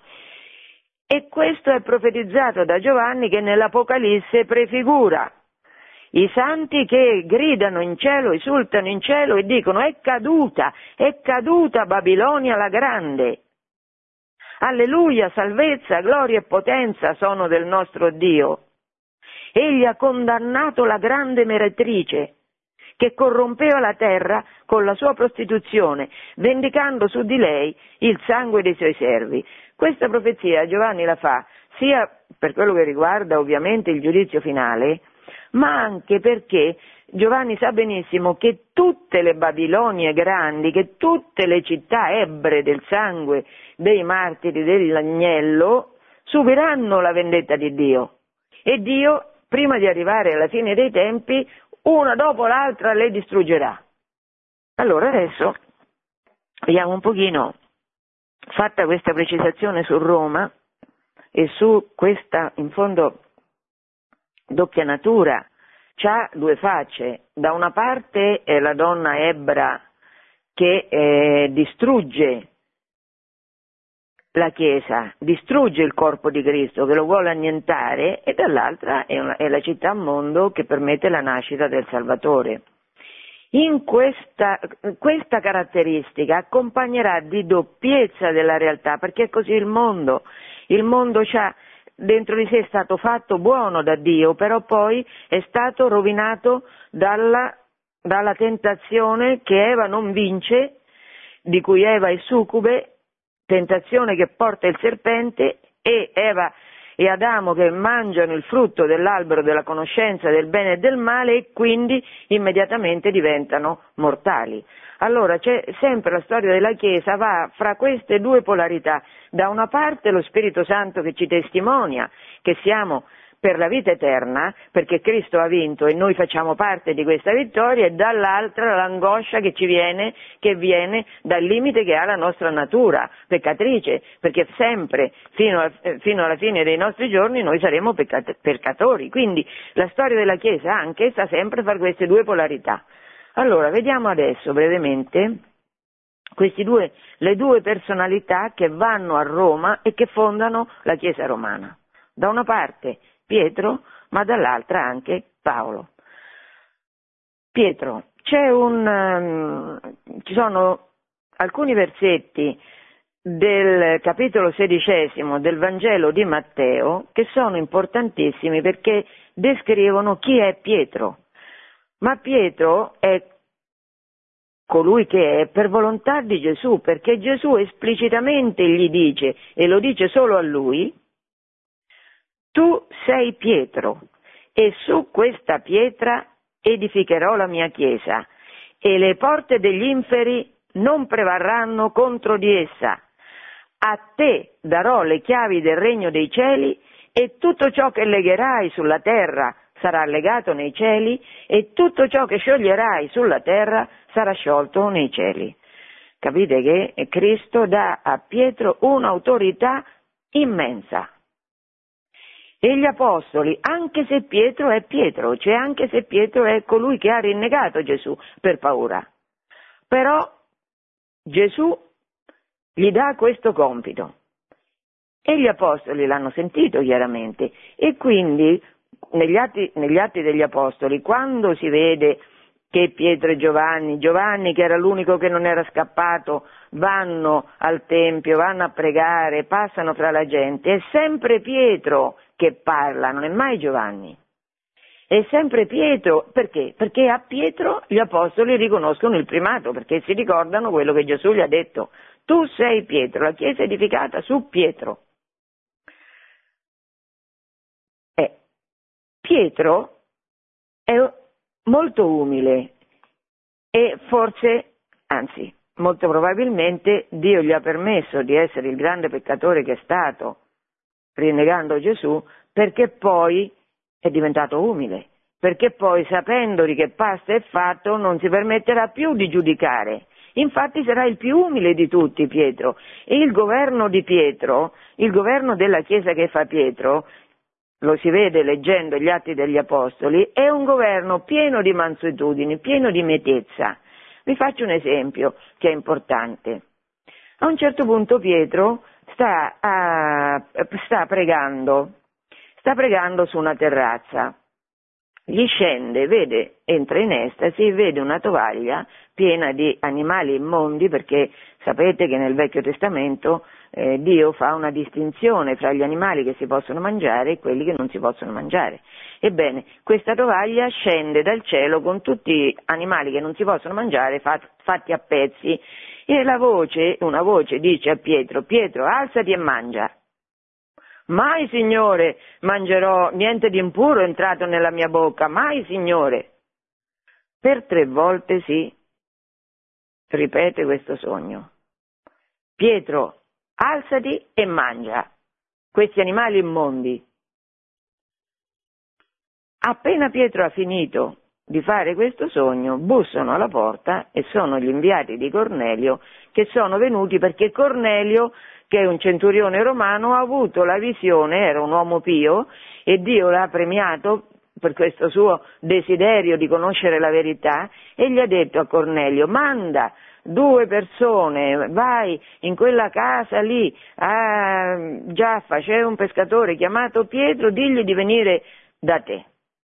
E questo è profetizzato da Giovanni, che nell'Apocalisse prefigura i santi che gridano in cielo, esultano in cielo e dicono è caduta, è caduta Babilonia la grande. Alleluia, salvezza, gloria e potenza sono del nostro Dio. Egli ha condannato la grande meretrice che corrompeva la terra con la sua prostituzione, vendicando su di lei il sangue dei suoi servi. Questa profezia Giovanni la fa sia per quello che riguarda ovviamente il giudizio finale, ma anche perché Giovanni sa benissimo che tutte le Babilonie grandi, che tutte le città ebbre del sangue dei martiri dell'agnello subiranno la vendetta di Dio. E Dio, prima di arrivare alla fine dei tempi, una dopo l'altra le distruggerà. Allora adesso vediamo un pochino, fatta questa precisazione su Roma e su questa, in fondo, doppia natura, c'ha due facce. Da una parte è la donna ebbra che eh, distrugge la Chiesa, distrugge il corpo di Cristo, che lo vuole annientare, e dall'altra è, una, è la città a mondo che permette la nascita del Salvatore. In questa, questa caratteristica accompagnerà di doppiezza della realtà, perché è così il mondo. Il mondo c'ha dentro di sé, è stato fatto buono da Dio, però poi è stato rovinato dalla, dalla tentazione che Eva non vince, di cui Eva è succube, tentazione che porta il serpente e Eva e Adamo che mangiano il frutto dell'albero della conoscenza del bene e del male e quindi immediatamente diventano mortali. Allora c'è sempre la storia della Chiesa, va fra queste due polarità, da una parte lo Spirito Santo che ci testimonia che siamo per la vita eterna, perché Cristo ha vinto e noi facciamo parte di questa vittoria, e dall'altra l'angoscia che ci viene, che viene dal limite che ha la nostra natura peccatrice, perché sempre, fino, a, fino alla fine dei nostri giorni, noi saremo peccat- peccatori. Quindi la storia della Chiesa anche sta sempre fra queste due polarità. Allora, vediamo adesso brevemente questi due, le due personalità che vanno a Roma e che fondano la Chiesa romana. Da una parte Pietro, ma dall'altra anche Paolo. Pietro, c'è un, um, ci sono alcuni versetti del capitolo sedicesimo del Vangelo di Matteo che sono importantissimi perché descrivono chi è Pietro. Ma Pietro è colui che è per volontà di Gesù, perché Gesù esplicitamente gli dice, e lo dice solo a lui: tu sei Pietro, e su questa pietra edificherò la mia chiesa, e le porte degli inferi non prevarranno contro di essa. A te darò le chiavi del regno dei cieli, e tutto ciò che legherai sulla terra sarà legato nei cieli, e tutto ciò che scioglierai sulla terra sarà sciolto nei cieli. Capite che Cristo dà a Pietro un'autorità immensa. E gli apostoli, anche se Pietro è Pietro, cioè anche se Pietro è colui che ha rinnegato Gesù per paura, però Gesù gli dà questo compito. E gli apostoli l'hanno sentito chiaramente, e quindi negli atti, negli atti degli apostoli, quando si vede che Pietro e Giovanni, Giovanni che era l'unico che non era scappato, vanno al Tempio, vanno a pregare, passano fra la gente, è sempre Pietro che parla, non è mai Giovanni. È sempre Pietro, perché? Perché a Pietro gli apostoli riconoscono il primato, perché si ricordano quello che Gesù gli ha detto: tu sei Pietro, la chiesa è edificata su Pietro. Eh, Pietro è molto umile e forse, anzi, molto probabilmente Dio gli ha permesso di essere il grande peccatore che è stato, rinnegando Gesù, perché poi è diventato umile, perché poi, sapendo di che pasto è fatto, non si permetterà più di giudicare. Infatti sarà il più umile di tutti Pietro, e il governo di Pietro, il governo della Chiesa che fa Pietro, lo si vede leggendo gli Atti degli Apostoli, è un governo pieno di mansuetudini, pieno di mitezza. Vi faccio un esempio che è importante. A un certo punto Pietro sta, a, sta pregando, sta pregando su una terrazza. Gli scende, vede, entra in estasi, vede una tovaglia piena di animali immondi, perché sapete che nel Vecchio Testamento eh, Dio fa una distinzione fra gli animali che si possono mangiare e quelli che non si possono mangiare. Ebbene, questa tovaglia scende dal cielo con tutti animali che non si possono mangiare fat, fatti a pezzi, e la voce, una voce dice a Pietro: Pietro, alzati e mangia. Mai, Signore, mangerò, niente di impuro è entrato nella mia bocca, mai, Signore. Per tre volte si ripete questo sogno. Pietro, alzati e mangia questi animali immondi. Appena Pietro ha finito di fare questo sogno, bussano alla porta e sono gli inviati di Cornelio che sono venuti perché Cornelio, che è un centurione romano, ha avuto la visione, era un uomo pio, e Dio l'ha premiato per questo suo desiderio di conoscere la verità, e gli ha detto a Cornelio: manda due persone, vai in quella casa lì, a Giaffa c'è un pescatore chiamato Pietro, digli di venire da te.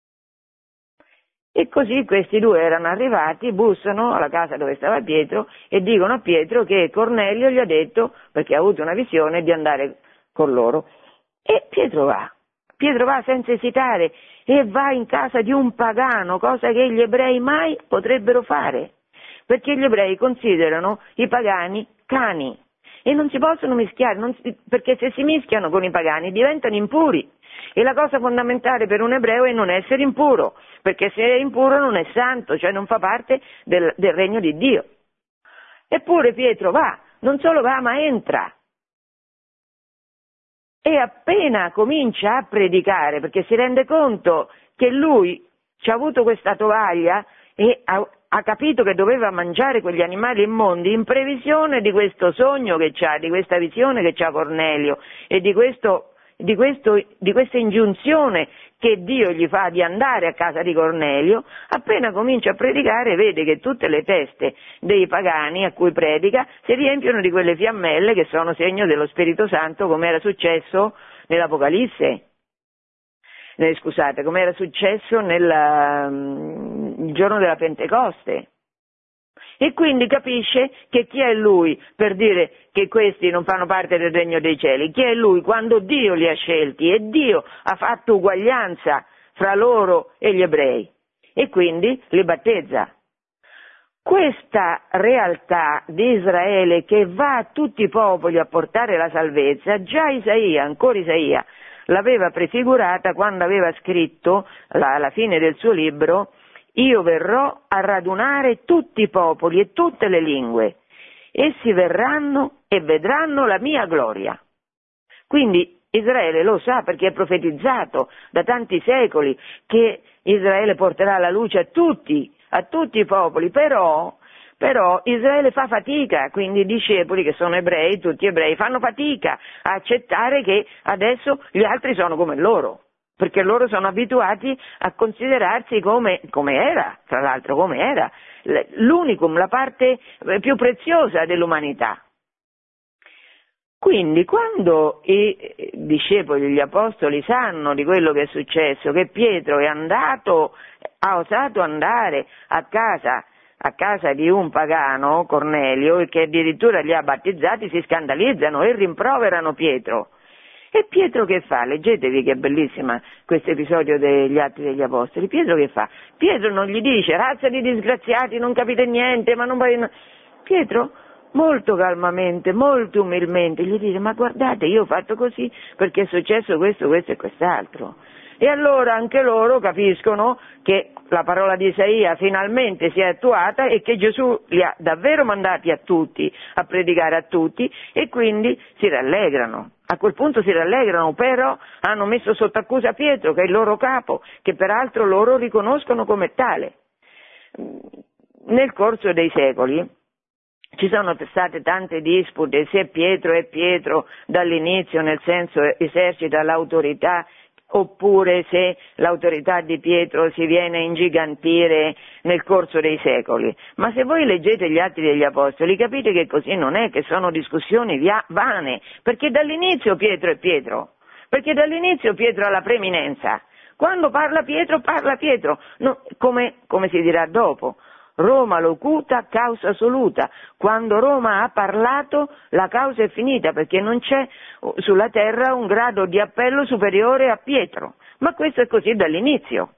E così questi due erano arrivati, bussano alla casa dove stava Pietro e dicono a Pietro che Cornelio gli ha detto, perché ha avuto una visione, di andare con loro. E Pietro va, Pietro va senza esitare e va in casa di un pagano, cosa che gli ebrei mai potrebbero fare, perché gli ebrei considerano i pagani cani, e non si possono mischiare, non si, perché se si mischiano con i pagani diventano impuri. E la cosa fondamentale per un ebreo è non essere impuro, perché se è impuro non è santo, cioè non fa parte del, del regno di Dio. Eppure Pietro va, non solo va ma entra. E appena comincia a predicare, perché si rende conto che lui ci ha avuto questa tovaglia e ha, ha capito che doveva mangiare quegli animali immondi in previsione di questo sogno che c'ha, di questa visione che c'ha Cornelio e di, questo, di, questo, di questa ingiunzione che Dio gli fa di andare a casa di Cornelio. Appena comincia a predicare vede che tutte le teste dei pagani a cui predica si riempiono di quelle fiammelle che sono segno dello Spirito Santo, come era successo nell'Apocalisse. Eh, scusate, come era successo nel um, il giorno della Pentecoste. E quindi capisce che chi è lui per dire che questi non fanno parte del regno dei cieli? Chi è lui quando Dio li ha scelti e Dio ha fatto uguaglianza fra loro e gli ebrei e quindi li battezza. Questa realtà di Israele che va a tutti i popoli a portare la salvezza, già Isaia, ancora Isaia, l'aveva prefigurata quando aveva scritto la, alla fine del suo libro: io verrò a radunare tutti i popoli e tutte le lingue, essi verranno e vedranno la mia gloria. Quindi Israele lo sa perché è profetizzato da tanti secoli che Israele porterà la luce a tutti, a tutti i popoli, però, però Israele fa fatica, quindi i discepoli che sono ebrei, tutti ebrei, fanno fatica a accettare che adesso gli altri sono come loro. Perché loro sono abituati a considerarsi come, come era, tra l'altro come era, l'unicum, la parte più preziosa dell'umanità. Quindi quando i discepoli, gli apostoli sanno di quello che è successo, che Pietro è andato, ha osato andare a casa, a casa di un pagano, Cornelio, e che addirittura li ha battezzati, si scandalizzano e rimproverano Pietro. E Pietro che fa? Leggetevi che è bellissima questo episodio degli Atti degli Apostoli. Pietro che fa? Pietro non gli dice: razza di disgraziati, non capite niente, ma non vai... Pietro molto calmamente, molto umilmente gli dice: ma guardate, io ho fatto così perché è successo questo, questo e quest'altro. E allora anche loro capiscono che la parola di Isaia finalmente si è attuata e che Gesù li ha davvero mandati a tutti, a predicare a tutti, e quindi si rallegrano. A quel punto si rallegrano, però hanno messo sotto accusa Pietro, che è il loro capo, che peraltro loro riconoscono come tale. Nel corso dei secoli ci sono state tante dispute se Pietro è Pietro dall'inizio, nel senso esercita l'autorità, oppure se l'autorità di Pietro si viene a ingigantire nel corso dei secoli. Ma se voi leggete gli Atti degli Apostoli capite che così non è, che sono discussioni via- vane, perché dall'inizio Pietro è Pietro, perché dall'inizio Pietro ha la preeminenza. Quando parla Pietro, parla Pietro, no, come, come si dirà dopo. Roma locuta, causa assoluta. Quando Roma ha parlato, la causa è finita, perché non c'è sulla terra un grado di appello superiore a Pietro. Ma questo è così dall'inizio.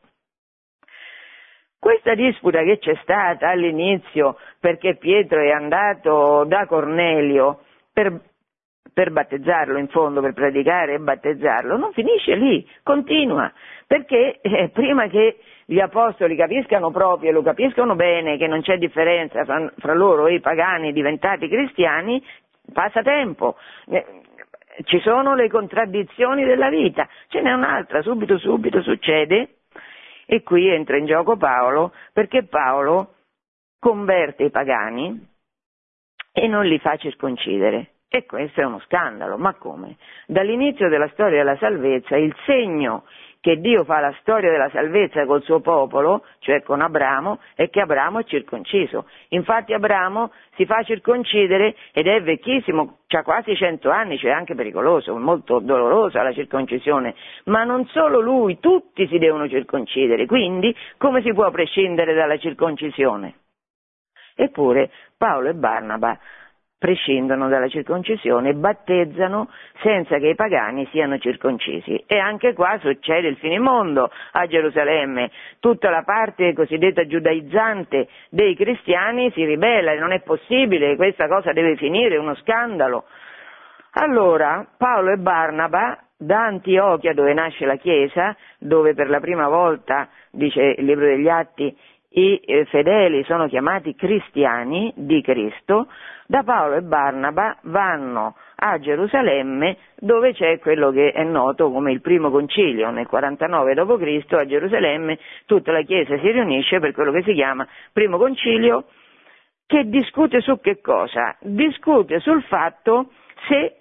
Questa disputa che c'è stata all'inizio, perché Pietro è andato da Cornelio per, per battezzarlo, in fondo, per predicare e battezzarlo, non finisce lì, continua, perché eh, prima che gli apostoli capiscano proprio e lo capiscono bene che non c'è differenza fra, fra loro e i pagani diventati cristiani, passa tempo, ci sono le contraddizioni della vita, ce n'è un'altra, subito subito succede, e qui entra in gioco Paolo, perché Paolo converte i pagani e non li fa circoncidere. E questo è uno scandalo, ma come? Dall'inizio della storia della salvezza il segno che Dio fa la storia della salvezza col suo popolo, cioè con Abramo, è che Abramo è circonciso. Infatti Abramo si fa circoncidere ed è vecchissimo, ha quasi cento anni, cioè anche pericoloso, molto dolorosa la circoncisione. Ma non solo lui, tutti si devono circoncidere, quindi come si può prescindere dalla circoncisione? Eppure Paolo e Barnaba prescindono dalla circoncisione e battezzano senza che i pagani siano circoncisi. E anche qua succede il finimondo a Gerusalemme. Tutta la parte cosiddetta giudaizzante dei cristiani si ribella e non è possibile, questa cosa deve finire, è uno scandalo. Allora Paolo e Barnaba da Antiochia, dove nasce la Chiesa, dove per la prima volta, dice il libro degli Atti, i fedeli sono chiamati cristiani di Cristo, da Paolo e Barnaba vanno a Gerusalemme, dove c'è quello che è noto come il primo concilio. Nel quarantanove dopo Cristo a Gerusalemme tutta la Chiesa si riunisce per quello che si chiama primo concilio, che discute su che cosa? Discute sul fatto se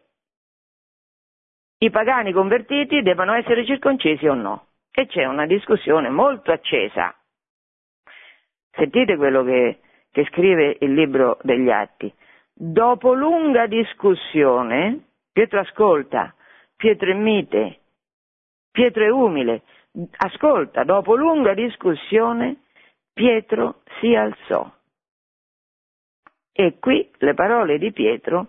i pagani convertiti debbano essere circoncisi o no. E c'è una discussione molto accesa. Sentite quello che, che scrive il libro degli Atti. Dopo lunga discussione, Pietro ascolta, Pietro è mite, Pietro è umile, ascolta, dopo lunga discussione Pietro si alzò. E qui le parole di Pietro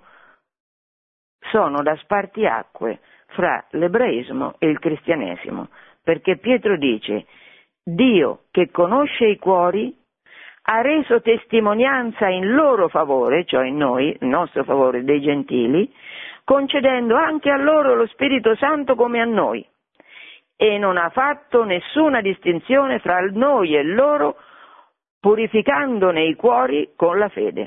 sono da spartiacque fra l'ebraismo e il cristianesimo, perché Pietro dice: Dio che conosce i cuori ha reso testimonianza in loro favore, cioè in noi, il nostro favore dei gentili, concedendo anche a loro lo Spirito Santo come a noi, e non ha fatto nessuna distinzione fra noi e loro, purificandone i cuori con la fede.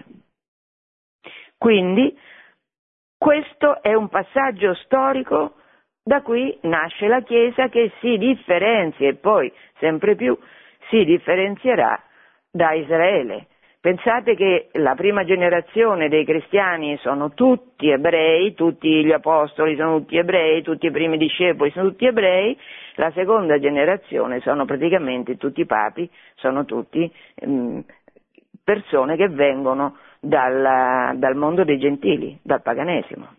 Quindi questo è un passaggio storico da cui nasce la Chiesa, che si differenzia e poi sempre più si differenzierà da Israele. Pensate che la prima generazione dei cristiani sono tutti ebrei, tutti gli apostoli sono tutti ebrei, tutti i primi discepoli sono tutti ebrei, la seconda generazione sono praticamente tutti papi, sono tutti mh, persone che vengono dal, dal mondo dei gentili, dal paganesimo.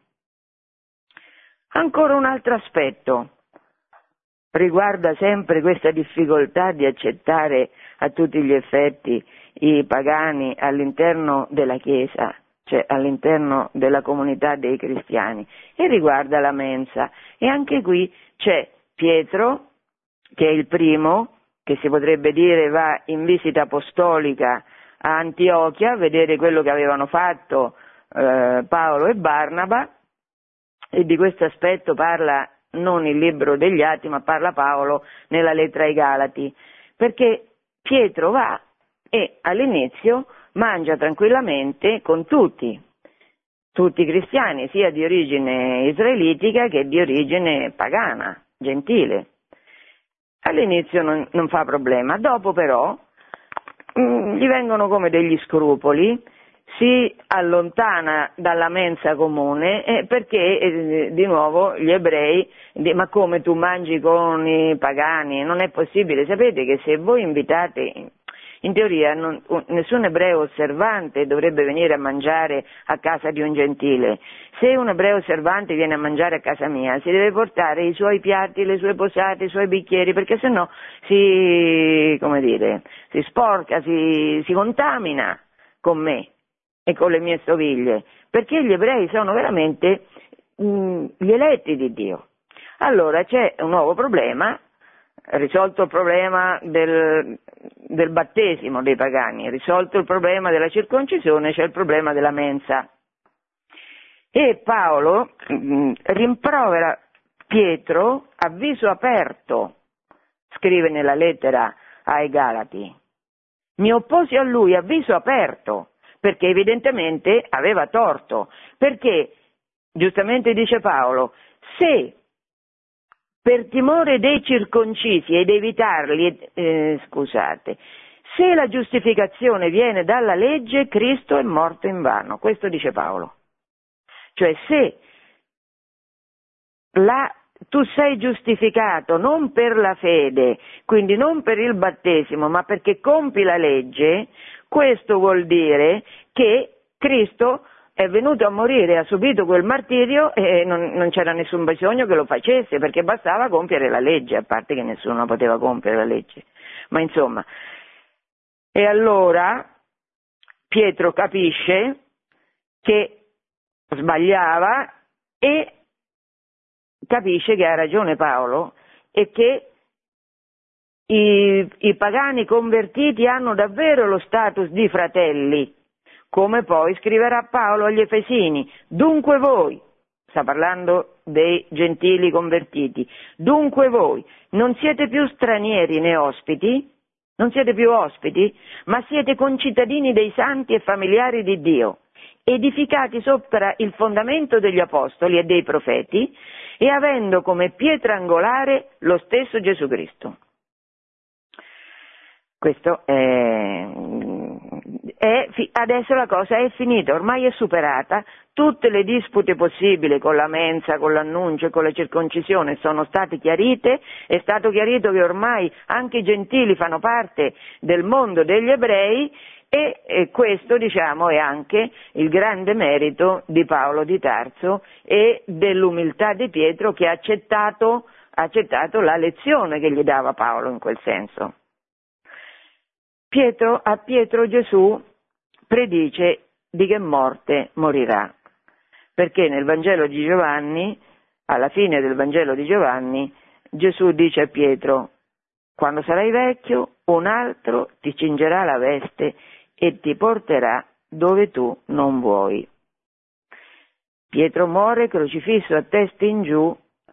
Ancora un altro aspetto riguarda sempre questa difficoltà di accettare a tutti gli effetti i pagani all'interno della Chiesa, cioè all'interno della comunità dei cristiani, e riguarda la mensa. E anche qui c'è Pietro, che è il primo, che si potrebbe dire va in visita apostolica a Antiochia a vedere quello che avevano fatto eh, Paolo e Barnaba, e di questo aspetto parla non il libro degli Atti, ma parla Paolo nella lettera ai Galati, perché Pietro va e all'inizio mangia tranquillamente con tutti, tutti i cristiani, sia di origine israelitica che di origine pagana, gentile. All'inizio non, non fa problema, dopo però mh, gli vengono come degli scrupoli, si allontana dalla mensa comune eh, perché eh, di nuovo gli ebrei, di, ma come tu mangi con i pagani? Non è possibile. Sapete che se voi invitate, in teoria non, nessun ebreo osservante dovrebbe venire a mangiare a casa di un gentile. Se un ebreo osservante viene a mangiare a casa mia si deve portare i suoi piatti, le sue posate, i suoi bicchieri, perché sennò si, come dire, si sporca, si, si contamina con me e con le mie stoviglie, perché gli ebrei sono veramente mh, gli eletti di Dio. Allora c'è un nuovo problema, risolto il problema del, del battesimo dei pagani, risolto il problema della circoncisione, c'è il problema della mensa. E Paolo mh, rimprovera Pietro a viso aperto, scrive nella lettera ai Galati. Mi opposi a lui a viso aperto, perché evidentemente aveva torto, perché giustamente dice Paolo, se per timore dei circoncisi ed evitarli, eh, scusate, se la giustificazione viene dalla legge, Cristo è morto invano, questo dice Paolo. Cioè se la, tu sei giustificato non per la fede, quindi non per il battesimo, ma perché compi la legge, questo vuol dire che Cristo è venuto a morire, ha subito quel martirio e non, non c'era nessun bisogno che lo facesse, perché bastava compiere la legge, a parte che nessuno poteva compiere la legge. Ma insomma, e allora Pietro capisce che sbagliava e capisce che ha ragione Paolo e che i, i pagani convertiti hanno davvero lo status di fratelli, come poi scriverà Paolo agli Efesini: dunque voi, sta parlando dei gentili convertiti, dunque voi non siete più stranieri né ospiti, non siete più ospiti, ma siete concittadini dei santi e familiari di Dio, edificati sopra il fondamento degli apostoli e dei profeti e avendo come pietra angolare lo stesso Gesù Cristo. Questo è, è, adesso la cosa è finita, ormai è superata, tutte le dispute possibili con la mensa, con l'annuncio e con la circoncisione sono state chiarite, è stato chiarito che ormai anche i gentili fanno parte del mondo degli ebrei e, e questo, diciamo, è anche il grande merito di Paolo di Tarso e dell'umiltà di Pietro, che ha accettato, ha accettato la lezione che gli dava Paolo in quel senso. Pietro, a Pietro Gesù predice di che morte morirà, perché nel Vangelo di Giovanni, alla fine del Vangelo di Giovanni, Gesù dice a Pietro: quando sarai vecchio, un altro ti cingerà la veste e ti porterà dove tu non vuoi. Pietro muore crocifisso a testa in giù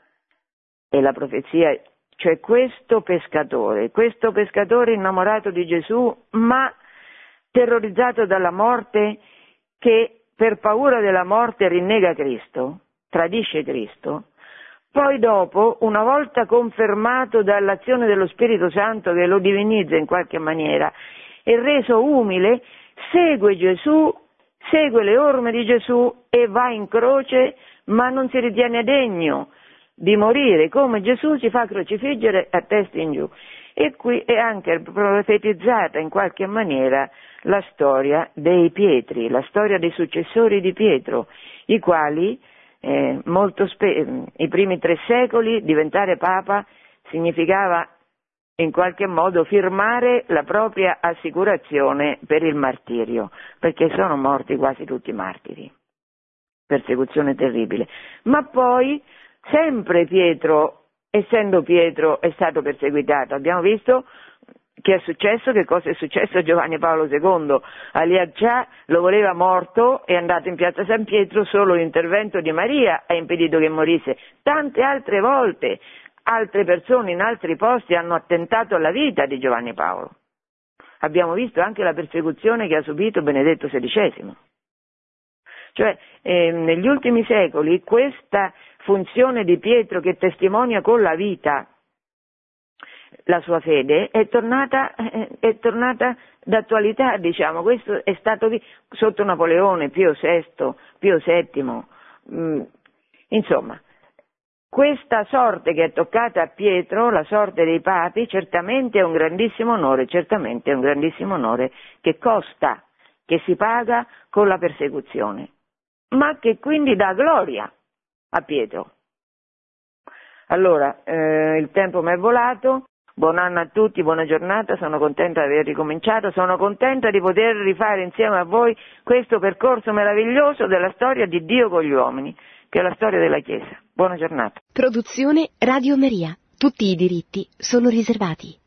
e la profezia, cioè questo pescatore, questo pescatore innamorato di Gesù, ma terrorizzato dalla morte, che per paura della morte rinnega Cristo, tradisce Cristo, poi dopo, una volta confermato dall'azione dello Spirito Santo che lo divinizza in qualche maniera e reso umile, segue Gesù, segue le orme di Gesù e va in croce, ma non si ritiene degno di morire, come Gesù si fa crocifiggere a testa in giù. E qui è anche profetizzata in qualche maniera la storia dei Pietri, la storia dei successori di Pietro, i quali eh, molto spe- i primi tre secoli diventare papa significava in qualche modo firmare la propria assicurazione per il martirio, perché sono morti quasi tutti martiri, persecuzione terribile. Ma poi sempre Pietro, essendo Pietro, è stato perseguitato. Abbiamo visto che è successo, che cosa è successo a Giovanni Paolo secondo. Aliaccià lo voleva morto, è andato in piazza San Pietro, solo l'intervento di Maria ha impedito che morisse. Tante altre volte altre persone in altri posti hanno attentato alla vita di Giovanni Paolo. Abbiamo visto anche la persecuzione che ha subito Benedetto sedicesimo. Cioè, eh, negli ultimi secoli questa funzione di Pietro, che testimonia con la vita la sua fede, è tornata, è tornata d'attualità, diciamo. Questo è stato sotto Napoleone, Pio sesto, Pio settimo, mm, insomma. Questa sorte che è toccata a Pietro, la sorte dei papi, certamente è un grandissimo onore, certamente è un grandissimo onore che costa, che si paga con la persecuzione, ma che quindi dà gloria a Pietro. Allora, eh, il tempo mi è volato, buon anno a tutti, buona giornata, sono contenta di aver ricominciato, sono contenta di poter rifare insieme a voi questo percorso meraviglioso della storia di Dio con gli uomini, che è la storia della Chiesa. Buona giornata. Produzione Radio Maria. Tutti i diritti sono riservati.